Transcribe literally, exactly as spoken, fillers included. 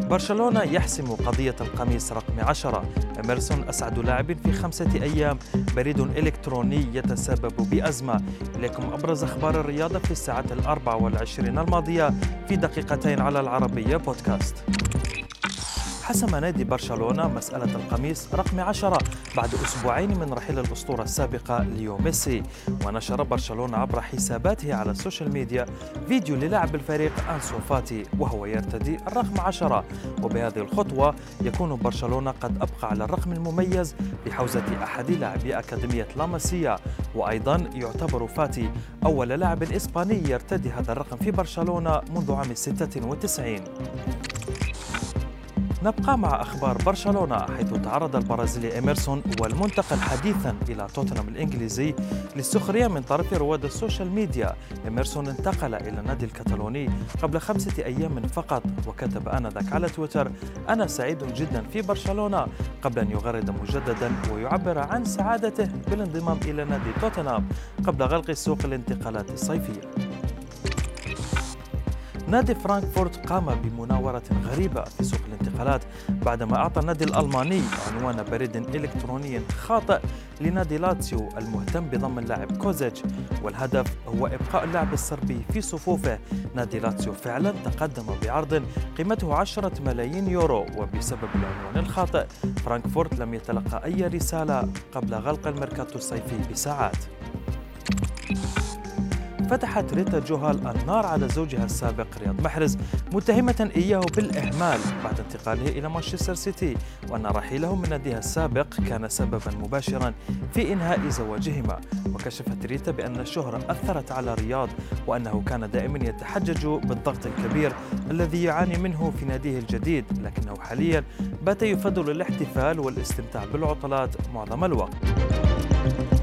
برشلونة يحسم قضية القميص رقم عشرة. إميرسون أسعد لاعب في خمسة أيام، بريد إلكتروني يتسبب بأزمة. إليكم أبرز أخبار الرياضة في الساعات الأربع والعشرين الماضية في دقيقتين على العربية بودكاست. حسم نادي برشلونة مسألة القميص رقم عشرة بعد أسبوعين من رحيل الأسطورة السابقة ليو ميسي. ونشر برشلونة عبر حساباته على السوشيال ميديا فيديو للاعب الفريق أنسو فاتي وهو يرتدي الرقم عشرة، وبهذه الخطوة يكون برشلونة قد أبقى على الرقم المميز بحوزة أحد لاعبي أكاديمية لاماسيا. وأيضا يعتبر فاتي أول لاعب إسباني يرتدي هذا الرقم في برشلونة منذ عام ستة وتسعين. نبقى مع أخبار برشلونة، حيث تعرض البرازيلي إميرسون والمنتقل حديثا إلى توتنهام الإنجليزي للسخرية من طرف رواد السوشيال ميديا. إميرسون انتقل إلى النادي الكتالوني قبل خمسة أيام فقط، وكتب آنذاك على تويتر: أنا سعيد جدا في برشلونة، قبل أن يغرد مجددا ويعبر عن سعادته بالانضمام إلى نادي توتنهام قبل غلق سوق الانتقالات الصيفية. نادي فرانكفورت قام بمناورة غريبة في سوق الانتقالات بعدما أعطى النادي الألماني عنوان بريد إلكتروني خاطئ لنادي لاتسيو المهتم بضم اللاعب كوزيتش، والهدف هو إبقاء اللاعب الصربي في صفوفه. نادي لاتسيو فعلا تقدم بعرض قيمته عشرة ملايين يورو، وبسبب العنوان الخاطئ فرانكفورت لم يتلقى أي رسالة قبل غلق الميركاتو الصيفي بساعات. فتحت ريتا جوهال النار على زوجها السابق رياض محرز، متهمة إياه بالإهمال بعد انتقاله إلى مانشستر سيتي، وأن رحيله من ناديها السابق كان سببا مباشرا في إنهاء زواجهما. وكشفت ريتا بأن الشهرة أثرت على رياض، وأنه كان دائما يتحجج بالضغط الكبير الذي يعاني منه في ناديه الجديد، لكنه حاليا بات يفضل الاحتفال والاستمتاع بالعطلات معظم الوقت.